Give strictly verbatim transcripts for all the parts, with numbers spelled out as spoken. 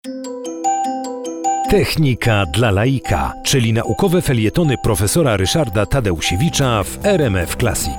Technika dla laika, czyli naukowe felietony profesora Ryszarda Tadeusiewicza w R M F Classic.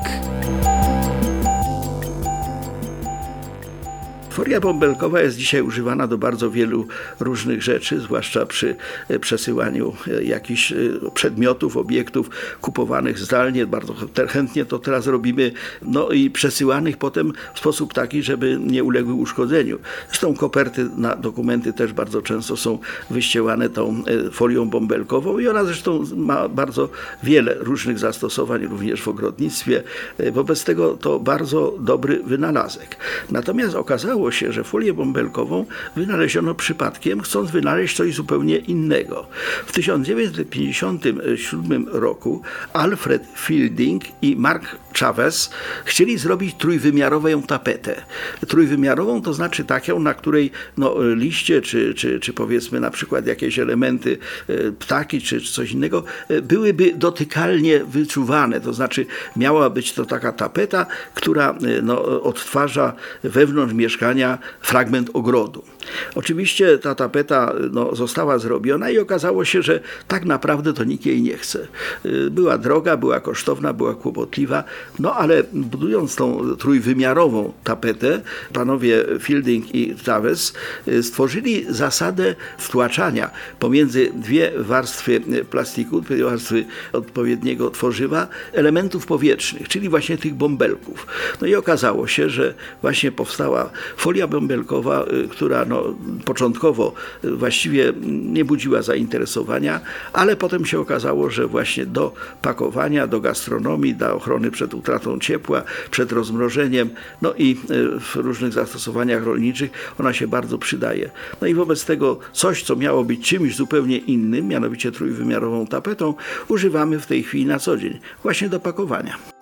Folia bąbelkowa jest dzisiaj używana do bardzo wielu różnych rzeczy, zwłaszcza przy przesyłaniu jakichś przedmiotów, obiektów kupowanych zdalnie. Bardzo chętnie to teraz robimy, no i przesyłanych potem w sposób taki, żeby nie uległy uszkodzeniu. Zresztą koperty na dokumenty też bardzo często są wyścielane tą folią bąbelkową i ona zresztą ma bardzo wiele różnych zastosowań, również w ogrodnictwie. Wobec tego to bardzo dobry wynalazek. Natomiast okazało się, że folię bąbelkową wynaleziono przypadkiem, chcąc wynaleźć coś zupełnie innego. W tysiąc dziewięćset pięćdziesiątym siódmym roku Alfred Fielding i Mark Chavez chcieli zrobić trójwymiarową tapetę. Trójwymiarową to znaczy taką, na której no, liście, czy, czy, czy powiedzmy na przykład jakieś elementy, ptaki, czy coś innego, byłyby dotykalnie wyczuwane. To znaczy miała być to taka tapeta, która no, odtwarza wewnątrz mieszkania fragment ogrodu. Oczywiście ta tapeta no, została zrobiona i okazało się, że tak naprawdę to nikt jej nie chce. Była droga, była kosztowna, była kłopotliwa, no ale budując tą trójwymiarową tapetę, panowie Fielding i Chavez stworzyli zasadę wtłaczania pomiędzy dwie warstwy plastiku, dwie warstwy odpowiedniego tworzywa, elementów powietrznych, czyli właśnie tych bąbelków. No i okazało się, że właśnie powstała folia bąbelkowa, która no, początkowo właściwie nie budziła zainteresowania, ale potem się okazało, że właśnie do pakowania, do gastronomii, do ochrony przed utratą ciepła, przed rozmrożeniem, no i w różnych zastosowaniach rolniczych ona się bardzo przydaje. No i wobec tego coś, co miało być czymś zupełnie innym, mianowicie trójwymiarową tapetą, używamy w tej chwili na co dzień, właśnie do pakowania.